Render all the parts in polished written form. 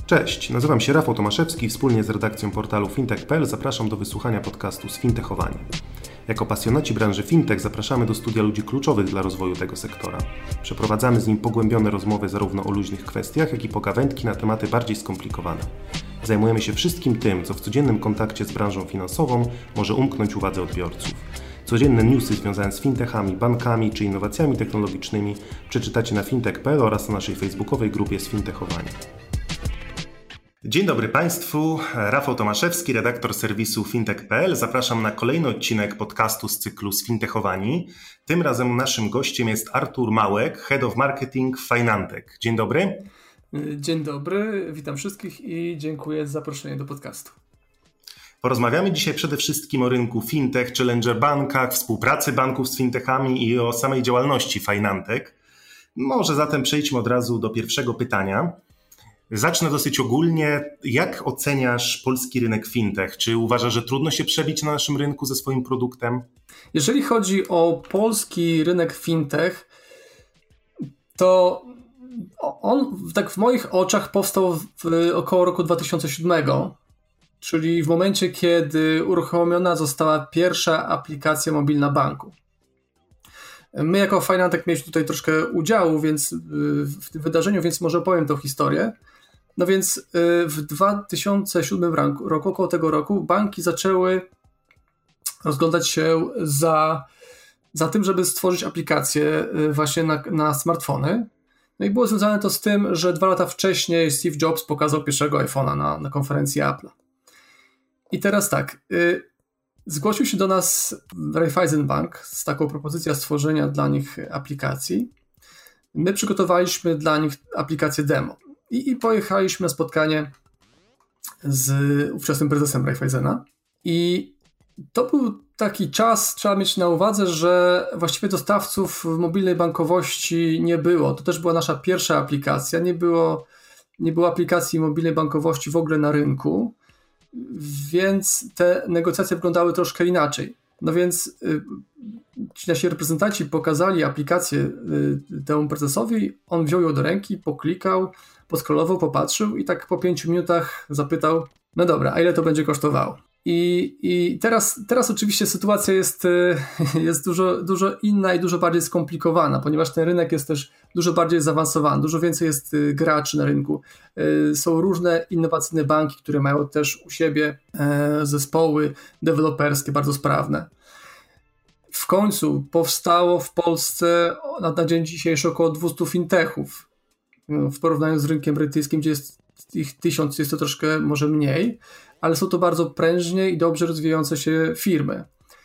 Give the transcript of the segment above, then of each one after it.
Cześć, nazywam się Rafał Tomaszewski i wspólnie z redakcją portalu fintech.pl zapraszam do wysłuchania podcastu Sfintechowani. Jako pasjonaci branży fintech zapraszamy do studia ludzi kluczowych dla rozwoju tego sektora. Przeprowadzamy z nim pogłębione rozmowy zarówno o luźnych kwestiach, jak i pogawędki na tematy bardziej skomplikowane. Zajmujemy się wszystkim tym, co w codziennym kontakcie z branżą finansową może umknąć uwadze odbiorców. Codzienne newsy związane z fintechami, bankami czy innowacjami technologicznymi przeczytacie na fintech.pl oraz na naszej facebookowej grupie Sfintechowani. Dzień dobry Państwu, Rafał Tomaszewski, redaktor serwisu fintech.pl. Zapraszam na kolejny odcinek podcastu z cyklu Sfintechowani. Tym razem naszym gościem jest Artur Małek, Head of Marketing w Finantech. Dzień dobry. Dzień dobry, witam wszystkich i dziękuję za zaproszenie do podcastu. Porozmawiamy dzisiaj przede wszystkim o rynku fintech, challenger bankach, współpracy banków z fintechami i o samej działalności Finantech. Może zatem przejdźmy od razu do pierwszego pytania. Zacznę dosyć ogólnie. Jak oceniasz polski rynek fintech? Czy uważasz, że trudno się przebić na naszym rynku ze swoim produktem? Jeżeli chodzi o polski rynek fintech, to on tak w moich oczach powstał w około roku 2007, czyli w momencie, kiedy uruchomiona została pierwsza aplikacja mobilna banku. My jako Finantech mieliśmy tutaj troszkę udziału w tym wydarzeniu, więc może opowiem tą historię. No więc w 2007 roku, około tego roku, banki zaczęły rozglądać się za tym, żeby stworzyć aplikację właśnie na smartfony. No i było związane to z tym, że 2 lata wcześniej Steve Jobs pokazał pierwszego iPhone'a na konferencji Apple. I teraz tak, zgłosił się do nas Raiffeisen Bank z taką propozycją stworzenia dla nich aplikacji. My przygotowaliśmy dla nich aplikację demo i pojechaliśmy na spotkanie z ówczesnym prezesem Raiffeisena. I to był taki czas, trzeba mieć na uwadze, że właściwie dostawców mobilnej bankowości nie było. To też była nasza pierwsza aplikacja. Nie było aplikacji mobilnej bankowości w ogóle na rynku, więc te negocjacje wyglądały troszkę inaczej. No więc ci nasi reprezentanci pokazali aplikację temu prezesowi, on wziął ją do ręki, poklikał, poskrolował, popatrzył i tak po 5 minutach zapytał, no dobra, a ile to będzie kosztowało? I teraz oczywiście sytuacja jest dużo inna i dużo bardziej skomplikowana, ponieważ ten rynek jest też dużo bardziej zaawansowany, dużo więcej jest graczy na rynku. Są różne innowacyjne banki, które mają też u siebie zespoły deweloperskie bardzo sprawne. W końcu powstało w Polsce na dzień dzisiejszy około 200 fintechów. W porównaniu z rynkiem brytyjskim, gdzie jest ich 1000, jest to troszkę może mniej, ale są to bardzo prężnie i dobrze rozwijające się firmy.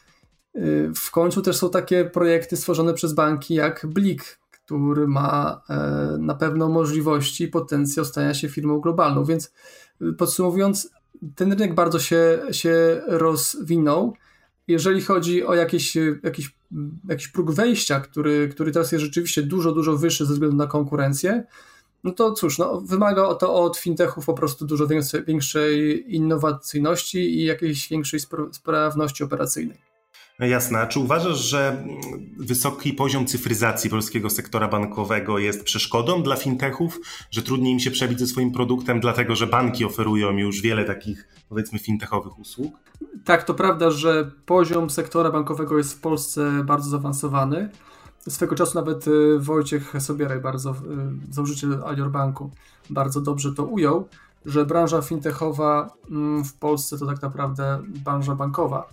W końcu też są takie projekty stworzone przez banki jak Blik, który ma na pewno możliwości i potencjał stania się firmą globalną. Więc podsumowując, ten rynek bardzo się rozwinął. Jeżeli chodzi o jakiś próg wejścia, który teraz jest rzeczywiście dużo wyższy ze względu na konkurencję, no to cóż, wymaga to od fintechów po prostu dużo większej innowacyjności i jakiejś większej sprawności operacyjnej. Jasne. A czy uważasz, że wysoki poziom cyfryzacji polskiego sektora bankowego jest przeszkodą dla fintechów, że trudniej im się przebić ze swoim produktem, dlatego że banki oferują już wiele takich, powiedzmy, fintechowych usług? Tak, to prawda, że poziom sektora bankowego jest w Polsce bardzo zaawansowany. Swego czasu nawet Wojciech Sobieraj, założyciel Alior Banku, bardzo dobrze to ujął, że branża fintechowa w Polsce to tak naprawdę branża bankowa.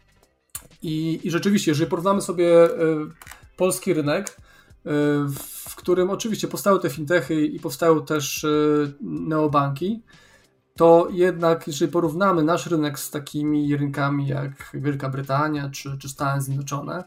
I rzeczywiście, jeżeli porównamy sobie polski rynek, w którym oczywiście powstały te fintechy i powstały też neobanki, to jednak jeżeli porównamy nasz rynek z takimi rynkami jak Wielka Brytania czy Stany Zjednoczone,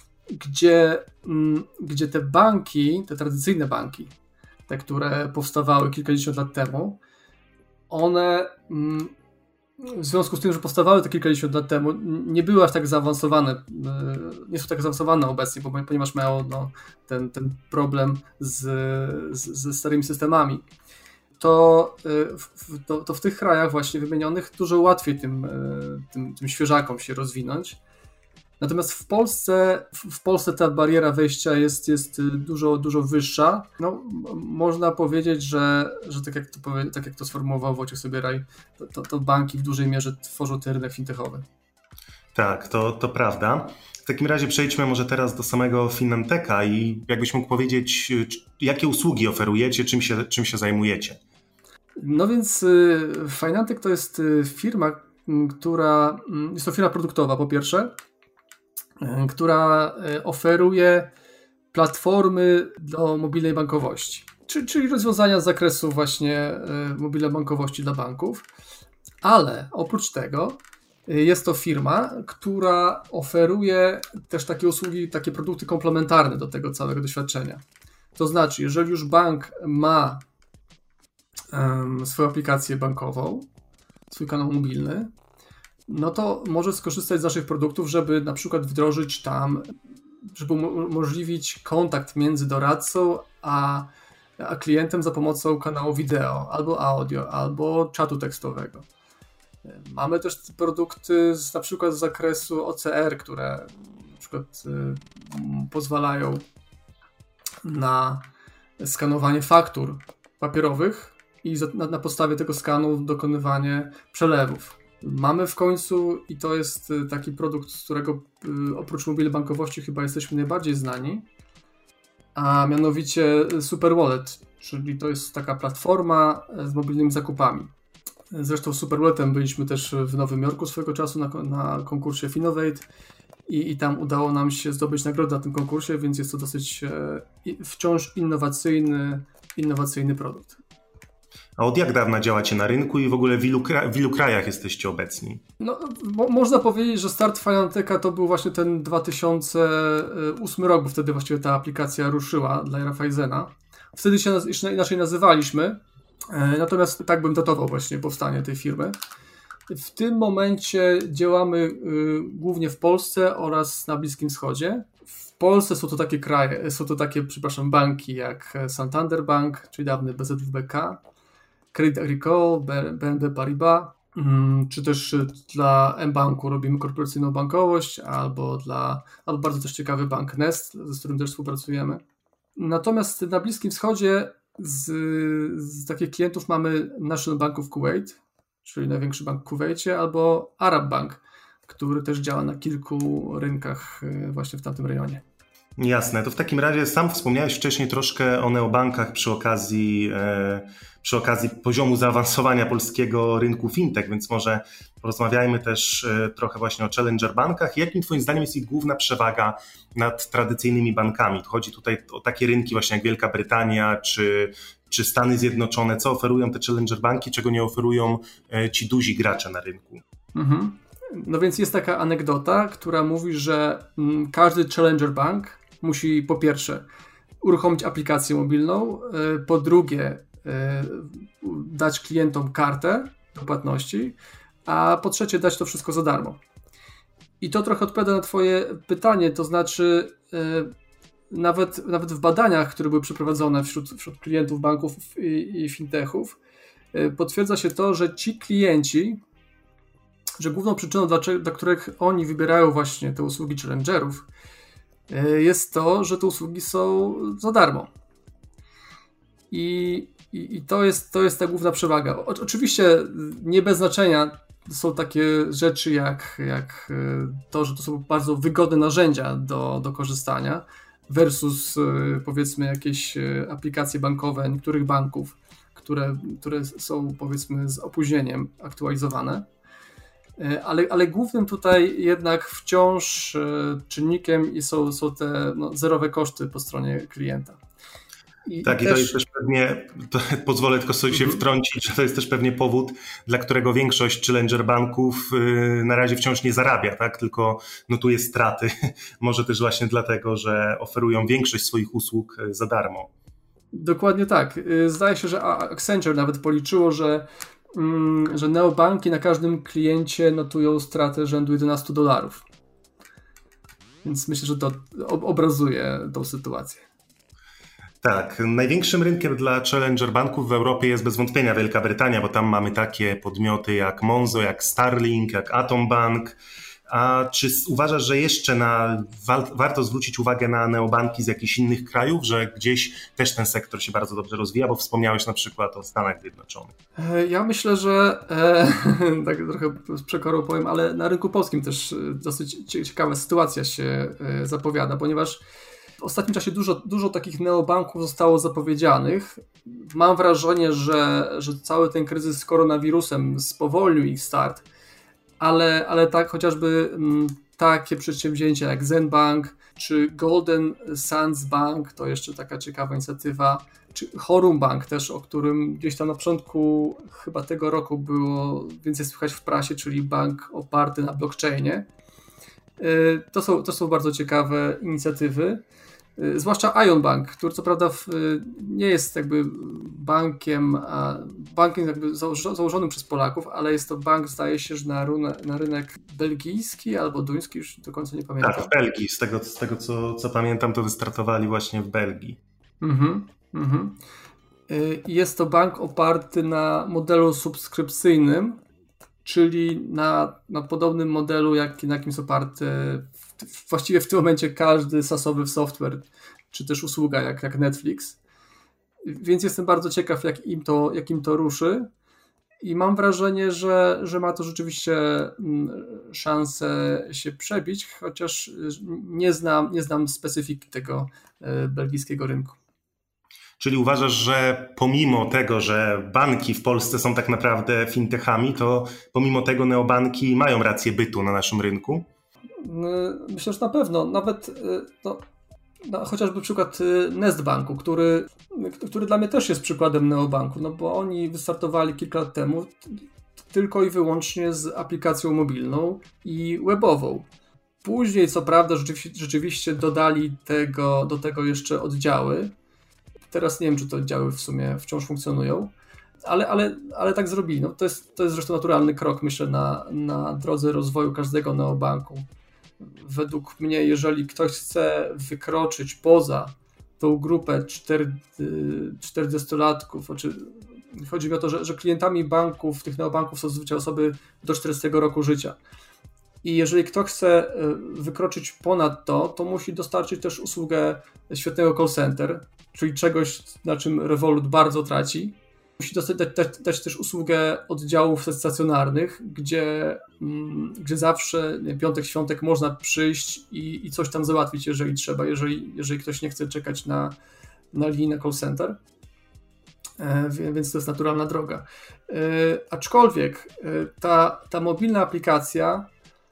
gdzie te banki, te tradycyjne banki, te, które powstawały kilkadziesiąt lat temu, one w związku z tym, że powstawały te kilkadziesiąt lat temu, nie były aż tak zaawansowane, nie są tak zaawansowane obecnie, ponieważ mają ten problem ze starymi systemami. To w tych krajach właśnie wymienionych dużo łatwiej tym świeżakom się rozwinąć. Natomiast w Polsce ta bariera wejścia jest dużo wyższa. No, można powiedzieć, że tak jak to sformułował Wojciech Sobieraj, to banki w dużej mierze tworzą ten rynek fintechowy. Tak, to prawda. W takim razie przejdźmy może teraz do samego Finanteka i jakbyś mógł powiedzieć, jakie usługi oferujecie, czym się zajmujecie? No więc Finantech to jest firma, jest to firma produktowa po pierwsze, która oferuje platformy do mobilnej bankowości, czyli rozwiązania z zakresu właśnie mobilnej bankowości dla banków, ale oprócz tego jest to firma, która oferuje też takie usługi, takie produkty komplementarne do tego całego doświadczenia. To znaczy, jeżeli już bank ma swoją aplikację bankową, swój kanał mobilny, no to może skorzystać z naszych produktów, żeby na przykład wdrożyć tam, żeby umożliwić kontakt między doradcą a klientem za pomocą kanału wideo, albo audio, albo czatu tekstowego. Mamy też produkty na przykład z zakresu OCR, które na przykład pozwalają na skanowanie faktur papierowych i na podstawie tego skanu dokonywanie przelewów. Mamy w końcu, i to jest taki produkt, z którego oprócz mobilnej bankowości chyba jesteśmy najbardziej znani, a mianowicie Super Wallet, czyli to jest taka platforma z mobilnymi zakupami. Zresztą Super Walletem byliśmy też w Nowym Jorku swojego czasu na konkursie Finovate i tam udało nam się zdobyć nagrodę na tym konkursie, więc jest to dosyć wciąż innowacyjny produkt. A od jak dawna działacie na rynku i w ogóle w ilu krajach jesteście obecni? No, można powiedzieć, że start Finantecha to był właśnie ten 2008 rok, bo wtedy właściwie ta aplikacja ruszyła dla Raiffeisena. Wtedy się inaczej nazywaliśmy, natomiast tak bym datował właśnie powstanie tej firmy. W tym momencie działamy głównie w Polsce oraz na Bliskim Wschodzie. W Polsce są to takie banki jak Santander Bank, czyli dawny BZWBK, Crédit Agricole, BNP Paribas, czy też dla mBanku robimy korporacyjną bankowość, albo bardzo też ciekawy bank Nest, z którym też współpracujemy. Natomiast na Bliskim Wschodzie z takich klientów mamy National Bank of Kuwait, czyli największy bank w Kuwejcie, albo Arab Bank, który też działa na kilku rynkach właśnie w tamtym rejonie. Jasne, to w takim razie sam wspomniałeś wcześniej troszkę o neobankach przy okazji poziomu zaawansowania polskiego rynku fintech, więc może porozmawiajmy też trochę właśnie o challenger bankach. Jakim twoim zdaniem jest ich główna przewaga nad tradycyjnymi bankami? Chodzi tutaj o takie rynki właśnie jak Wielka Brytania czy Stany Zjednoczone. Co oferują te challenger banki, czego nie oferują ci duzi gracze na rynku? Mhm. No więc jest taka anegdota, która mówi, że każdy challenger bank musi po pierwsze uruchomić aplikację mobilną, po drugie dać klientom kartę do płatności, a po trzecie dać to wszystko za darmo. I to trochę odpowiada na twoje pytanie, to znaczy nawet w badaniach, które były przeprowadzone wśród klientów banków i fintechów, potwierdza się to, że ci klienci, że główną przyczyną, dla których oni wybierają właśnie te usługi challengerów, jest to, że te usługi są za darmo. I to jest ta główna przewaga. Oczywiście nie bez znaczenia są takie rzeczy jak to, że to są bardzo wygodne narzędzia do korzystania versus powiedzmy jakieś aplikacje bankowe niektórych banków, które są powiedzmy z opóźnieniem aktualizowane. Ale głównym tutaj jednak wciąż czynnikiem są te zerowe koszty po stronie klienta. I to jest też pewnie, pozwolę tylko sobie się wtrącić, że to jest też pewnie powód, dla którego większość challenger banków na razie wciąż nie zarabia, tak? Tylko notuje straty. Może też właśnie dlatego, że oferują większość swoich usług za darmo. Dokładnie tak. Zdaje się, że Accenture nawet policzyło, że neobanki na każdym kliencie notują stratę rzędu $11. Więc myślę, że to obrazuje tą sytuację. Tak, największym rynkiem dla challenger banków w Europie jest bez wątpienia Wielka Brytania, bo tam mamy takie podmioty jak Monzo, jak Starling, jak Atom Bank, A czy uważasz, że jeszcze warto zwrócić uwagę na neobanki z jakichś innych krajów, że gdzieś też ten sektor się bardzo dobrze rozwija, bo wspomniałeś na przykład o Stanach Zjednoczonych? Ja myślę, że tak trochę z przekorą powiem, ale na rynku polskim też dosyć ciekawa sytuacja się zapowiada, ponieważ w ostatnim czasie dużo takich neobanków zostało zapowiedzianych. Mam wrażenie, że cały ten kryzys z koronawirusem spowolnił ich start, ale tak chociażby takie przedsięwzięcia jak Zenbank czy Golden Sands Bank, to jeszcze taka ciekawa inicjatywa, czy Horum Bank też, o którym gdzieś tam na początku chyba tego roku było więcej słychać w prasie, czyli bank oparty na blockchainie. To są bardzo ciekawe inicjatywy. Zwłaszcza Ion Bank, który co prawda nie jest jakby bankiem jakby założonym przez Polaków, ale jest to bank, zdaje się, że na rynek belgijski albo duński, już do końca nie pamiętam. Tak, w Belgii. Z tego co pamiętam, to wystartowali właśnie w Belgii. Jest to bank oparty na modelu subskrypcyjnym, czyli na podobnym modelu, na jakim jest oparty właściwie w tym momencie każdy SaaS-owy software, czy też usługa jak Netflix. Więc jestem bardzo ciekaw, jak im to ruszy i mam wrażenie, że ma to rzeczywiście szansę się przebić, chociaż nie znam specyfiki tego belgijskiego rynku. Czyli uważasz, że pomimo tego, że banki w Polsce są tak naprawdę fintechami, to pomimo tego neobanki mają rację bytu na naszym rynku? Myślę, że na pewno. Nawet chociażby przykład Nestbanku, który dla mnie też jest przykładem neobanku, no bo oni wystartowali kilka lat temu tylko i wyłącznie z aplikacją mobilną i webową. Później, co prawda, rzeczywiście dodali do tego jeszcze oddziały. Teraz nie wiem, czy te oddziały w sumie wciąż funkcjonują, ale tak zrobili. No, to jest zresztą naturalny krok, myślę, na drodze rozwoju każdego neobanku. Według mnie, jeżeli ktoś chce wykroczyć poza tą grupę 40-latków, chodzi mi o to, że klientami banków, tych neobanków są zazwyczaj osoby do 40 roku życia. I jeżeli ktoś chce wykroczyć ponad to musi dostarczyć też usługę świetnego call center, czyli czegoś, na czym Revolut bardzo traci. Musi dać też usługę oddziałów stacjonarnych, gdzie zawsze piątek, świątek można przyjść i coś tam załatwić, jeżeli trzeba, jeżeli ktoś nie chce czekać na linii na call center. Więc to jest naturalna droga. Aczkolwiek ta mobilna aplikacja,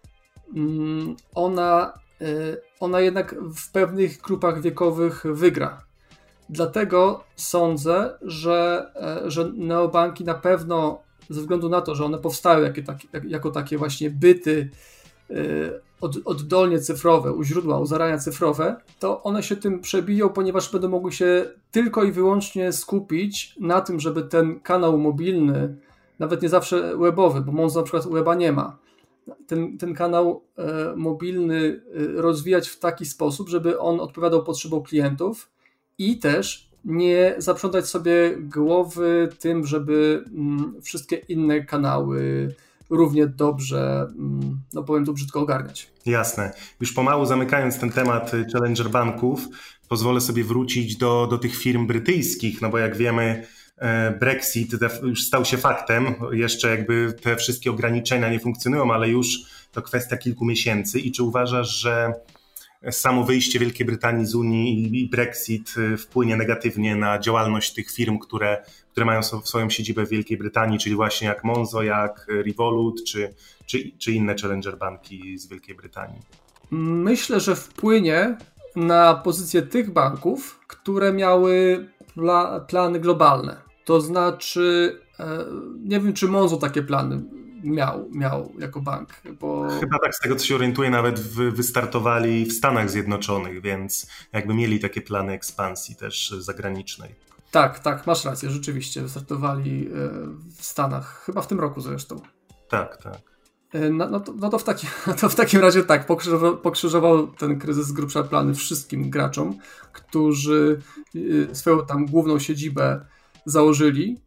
ona jednak w pewnych grupach wiekowych wygra. Dlatego sądzę, że neobanki na pewno, ze względu na to, że one powstały jako takie właśnie byty oddolnie cyfrowe, u źródła, u zarania cyfrowe, to one się tym przebiją, ponieważ będą mogły się tylko i wyłącznie skupić na tym, żeby ten kanał mobilny, nawet nie zawsze webowy, bo Monzo na przykład weba nie ma, ten kanał mobilny rozwijać w taki sposób, żeby on odpowiadał potrzebom klientów i też nie zaprzątać sobie głowy tym, żeby wszystkie inne kanały równie dobrze, no powiem to brzydko, ogarniać. Jasne. Już pomału zamykając ten temat challenger banków, pozwolę sobie wrócić do tych firm brytyjskich, no bo jak wiemy, Brexit już stał się faktem, jeszcze jakby te wszystkie ograniczenia nie funkcjonują, ale już to kwestia kilku miesięcy. I czy uważasz, że samo wyjście Wielkiej Brytanii z Unii i Brexit wpłynie negatywnie na działalność tych firm, które mają swoją siedzibę w Wielkiej Brytanii, czyli właśnie jak Monzo, jak Revolut, czy inne challenger banki z Wielkiej Brytanii? Myślę, że wpłynie na pozycję tych banków, które miały plany globalne. To znaczy, nie wiem, czy Monzo takie plany miał jako bank. Bo... Chyba tak, z tego co się orientuję, nawet wystartowali w Stanach Zjednoczonych, więc jakby mieli takie plany ekspansji też zagranicznej. Tak, masz rację, rzeczywiście wystartowali w Stanach, chyba w tym roku zresztą. Tak. To w takim razie tak, pokrzyżował ten kryzys z grubsza plany wszystkim graczom, którzy swoją tam główną siedzibę założyli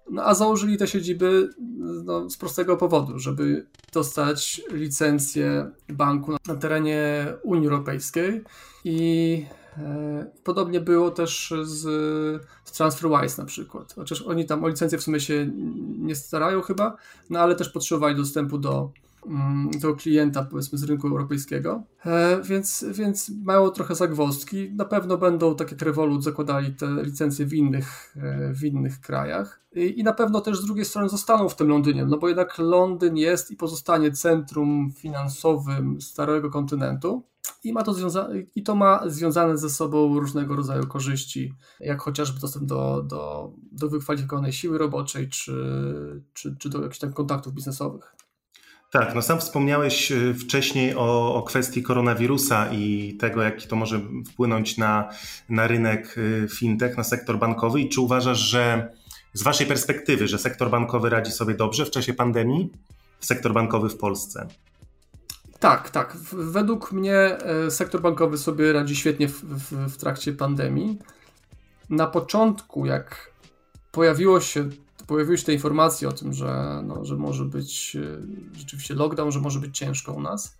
No a założyli te siedziby z prostego powodu, żeby dostać licencję banku na terenie Unii Europejskiej i podobnie było też z TransferWise na przykład. Chociaż oni tam o licencję w sumie się nie starają chyba, no ale też potrzebowali dostępu do klienta, powiedzmy, z rynku europejskiego, więc mają trochę zagwozdki. Na pewno będą, tak jak Revolut, zakładali te licencje w innych krajach i na pewno też z drugiej strony zostaną w tym Londynie, no bo jednak Londyn jest i pozostanie centrum finansowym Starego Kontynentu i to ma związane ze sobą różnego rodzaju korzyści, jak chociażby dostęp do wykwalifikowanej siły roboczej czy do jakichś tam kontaktów biznesowych. Tak, no sam wspomniałeś wcześniej o kwestii koronawirusa i tego, jak to może wpłynąć na rynek fintech, na sektor bankowy. I czy uważasz, że z waszej perspektywy, że sektor bankowy radzi sobie dobrze w czasie pandemii? Sektor bankowy w Polsce? Tak. Według mnie sektor bankowy sobie radzi świetnie w trakcie pandemii. Na początku, jak pojawiły się te informacje o tym, że może być rzeczywiście lockdown, że może być ciężko u nas,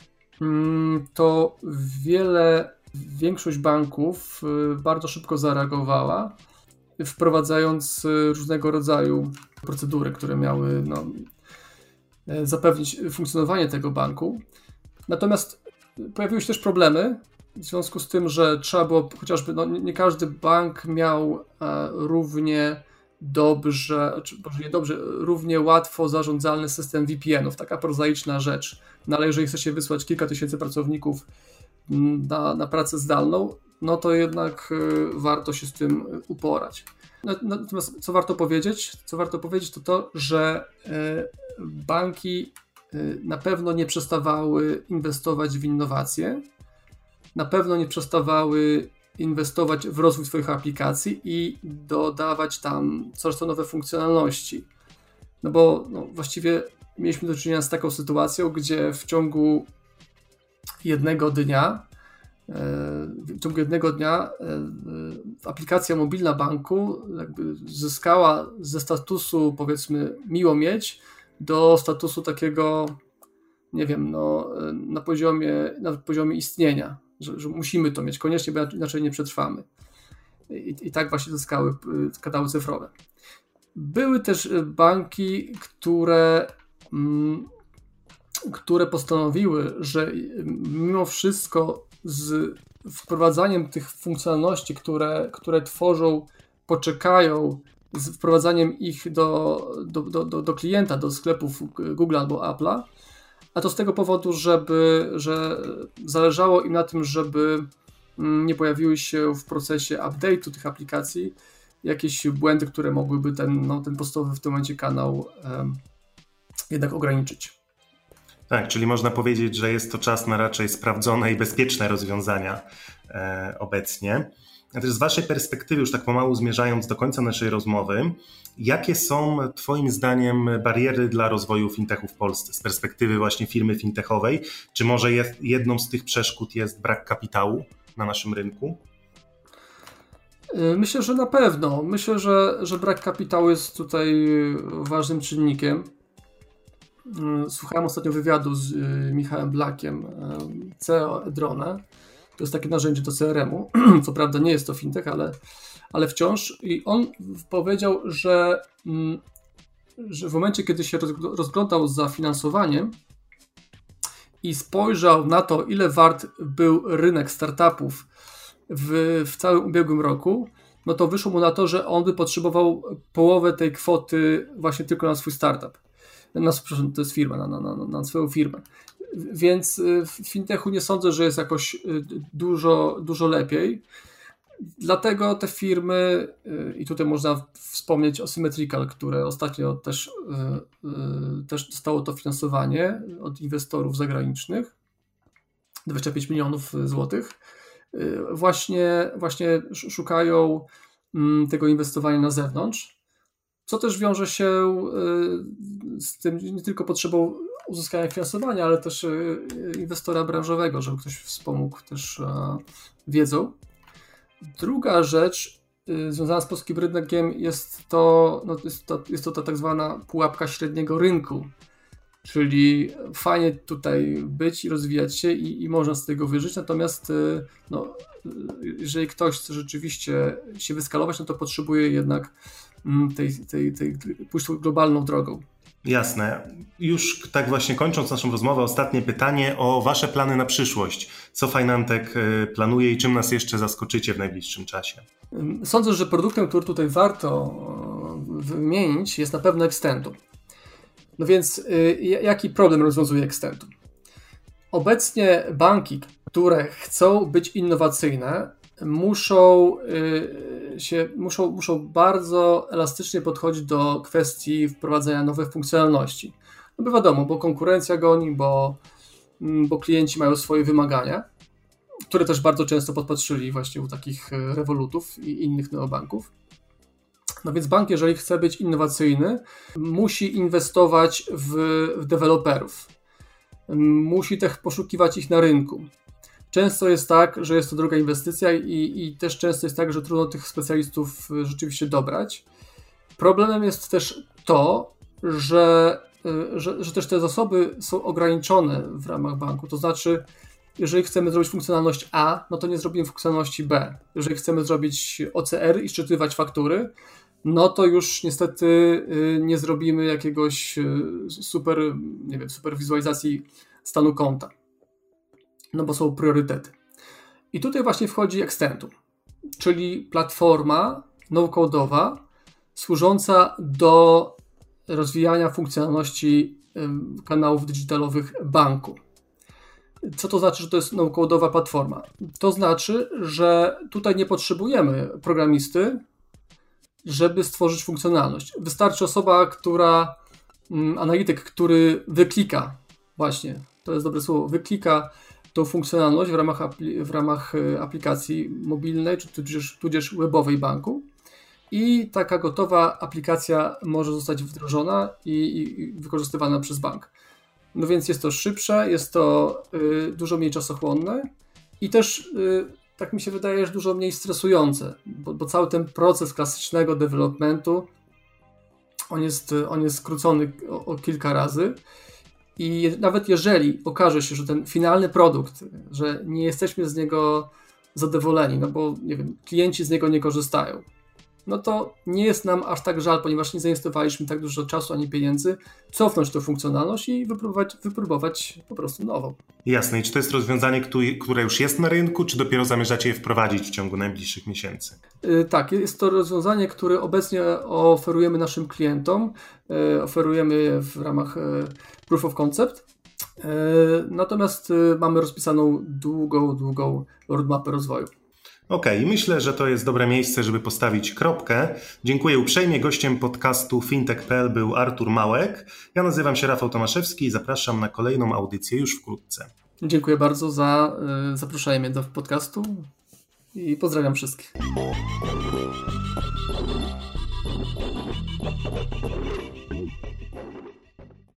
to większość banków bardzo szybko zareagowała, wprowadzając różnego rodzaju procedury, które miały zapewnić funkcjonowanie tego banku. Natomiast pojawiły się też problemy w związku z tym, że trzeba było chociażby, nie każdy bank miał równie łatwo zarządzalny system VPN-ów, taka prozaiczna rzecz. No ale jeżeli chcecie wysłać kilka tysięcy pracowników na pracę zdalną, no to jednak warto się z tym uporać. Natomiast co warto powiedzieć, to to, że banki na pewno nie przestawały inwestować w innowacje, na pewno nie przestawały inwestować w rozwój swoich aplikacji i dodawać tam coraz to nowe funkcjonalności. No bo właściwie mieliśmy do czynienia z taką sytuacją, gdzie w ciągu jednego dnia aplikacja mobilna banku jakby zyskała ze statusu, powiedzmy, miło mieć, do statusu takiego, nie wiem, na poziomie istnienia, że musimy to mieć koniecznie, bo inaczej nie przetrwamy. I tak właśnie zyskały kanały cyfrowe. Były też banki, które postanowiły, że mimo wszystko z wprowadzaniem tych funkcjonalności, które tworzą, poczekają z wprowadzaniem ich do klienta, do sklepów Google albo Apple'a, a to z tego powodu, że zależało im na tym, żeby nie pojawiły się w procesie update'u tych aplikacji jakieś błędy, które mogłyby ten podstawowy w tym momencie kanał jednak ograniczyć. Tak, czyli można powiedzieć, że jest to czas na raczej sprawdzone i bezpieczne rozwiązania obecnie. A też z waszej perspektywy, już tak pomału zmierzając do końca naszej rozmowy, jakie są twoim zdaniem bariery dla rozwoju fintechu w Polsce z perspektywy właśnie firmy fintechowej? Czy może jedną z tych przeszkód jest brak kapitału na naszym rynku? Myślę, że na pewno. Myślę, że brak kapitału jest tutaj ważnym czynnikiem. Słuchałem ostatnio wywiadu z Michałem Blakiem, CEO Edrona. To jest takie narzędzie do CRM-u. Co prawda nie jest to fintech, ale wciąż. I on powiedział, że w momencie, kiedy się rozglądał za finansowaniem i spojrzał na to, ile wart był rynek startupów w całym ubiegłym roku, no to wyszło mu na to, że on by potrzebował połowę tej kwoty właśnie tylko na swój startup. Przepraszam, to jest firma, na swoją firmę. Więc w fintechu nie sądzę, że jest jakoś dużo lepiej. Dlatego te firmy, i tutaj można wspomnieć o Symmetrical, które ostatnio też dostało to finansowanie od inwestorów zagranicznych, 25 milionów złotych, właśnie szukają tego inwestowania na zewnątrz, co też wiąże się z tym nie tylko potrzebą uzyskania finansowania, ale też inwestora branżowego, żeby ktoś wspomógł też wiedzą. Druga rzecz, związana z polskim rynkiem jest to ta tak zwana pułapka średniego rynku, czyli fajnie tutaj być i rozwijać się i można z tego wyżyć, natomiast jeżeli ktoś chce rzeczywiście się wyskalować, no to potrzebuje jednak pójść globalną drogą. Jasne. Już tak właśnie kończąc naszą rozmowę, ostatnie pytanie o wasze plany na przyszłość. Co Finantech planuje i czym nas jeszcze zaskoczycie w najbliższym czasie? Sądzę, że produktem, który tutaj warto wymienić, jest na pewno Extentum. No więc jaki problem rozwiązuje Extentum? Obecnie banki, które chcą być innowacyjne, muszą bardzo elastycznie podchodzić do kwestii wprowadzania nowych funkcjonalności. No bo wiadomo, bo konkurencja goni, bo klienci mają swoje wymagania, które też bardzo często podpatrzyli właśnie u takich Revolutów i innych neobanków. No więc bank, jeżeli chce być innowacyjny, musi inwestować w deweloperów. Musi też poszukiwać ich na rynku. Często jest tak, że jest to droga inwestycja i też często jest tak, że trudno tych specjalistów rzeczywiście dobrać. Problemem jest też to, że też te zasoby są ograniczone w ramach banku. To znaczy, jeżeli chcemy zrobić funkcjonalność A, no to nie zrobimy funkcjonalności B. Jeżeli chcemy zrobić OCR i szczytywać faktury, no to już niestety nie zrobimy jakiegoś super wizualizacji stanu konta. No bo są priorytety. I tutaj właśnie wchodzi Extentum, czyli platforma no-code'owa służąca do rozwijania funkcjonalności kanałów digitalowych banku. Co to znaczy, że to jest no-code'owa platforma? To znaczy, że tutaj nie potrzebujemy programisty, żeby stworzyć funkcjonalność. Wystarczy analityk, który wyklika, właśnie, to jest dobre słowo, wyklika tą funkcjonalność w ramach aplikacji mobilnej, czy tudzież webowej banku i taka gotowa aplikacja może zostać wdrożona i wykorzystywana przez bank. No więc jest to szybsze, jest to dużo mniej czasochłonne i też tak mi się wydaje, że dużo mniej stresujące, bo cały ten proces klasycznego developmentu on jest skrócony o kilka razy. I nawet jeżeli okaże się, że ten finalny produkt, że nie jesteśmy z niego zadowoleni, no bo nie wiem, klienci z niego nie korzystają, no to nie jest nam aż tak żal, ponieważ nie zainwestowaliśmy tak dużo czasu ani pieniędzy, cofnąć tę funkcjonalność i wypróbować po prostu nową. Jasne. I czy to jest rozwiązanie, które już jest na rynku, czy dopiero zamierzacie je wprowadzić w ciągu najbliższych miesięcy? Tak, jest to rozwiązanie, które obecnie oferujemy naszym klientom. Oferujemy je w ramach Proof of Concept. Natomiast mamy rozpisaną długą roadmapę rozwoju. Okej, myślę, że to jest dobre miejsce, żeby postawić kropkę. Dziękuję uprzejmie. Gościem podcastu Fintech.pl był Artur Małek. Ja nazywam się Rafał Tomaszewski i zapraszam na kolejną audycję już wkrótce. Dziękuję bardzo za zaproszenie mnie do podcastu i pozdrawiam wszystkich.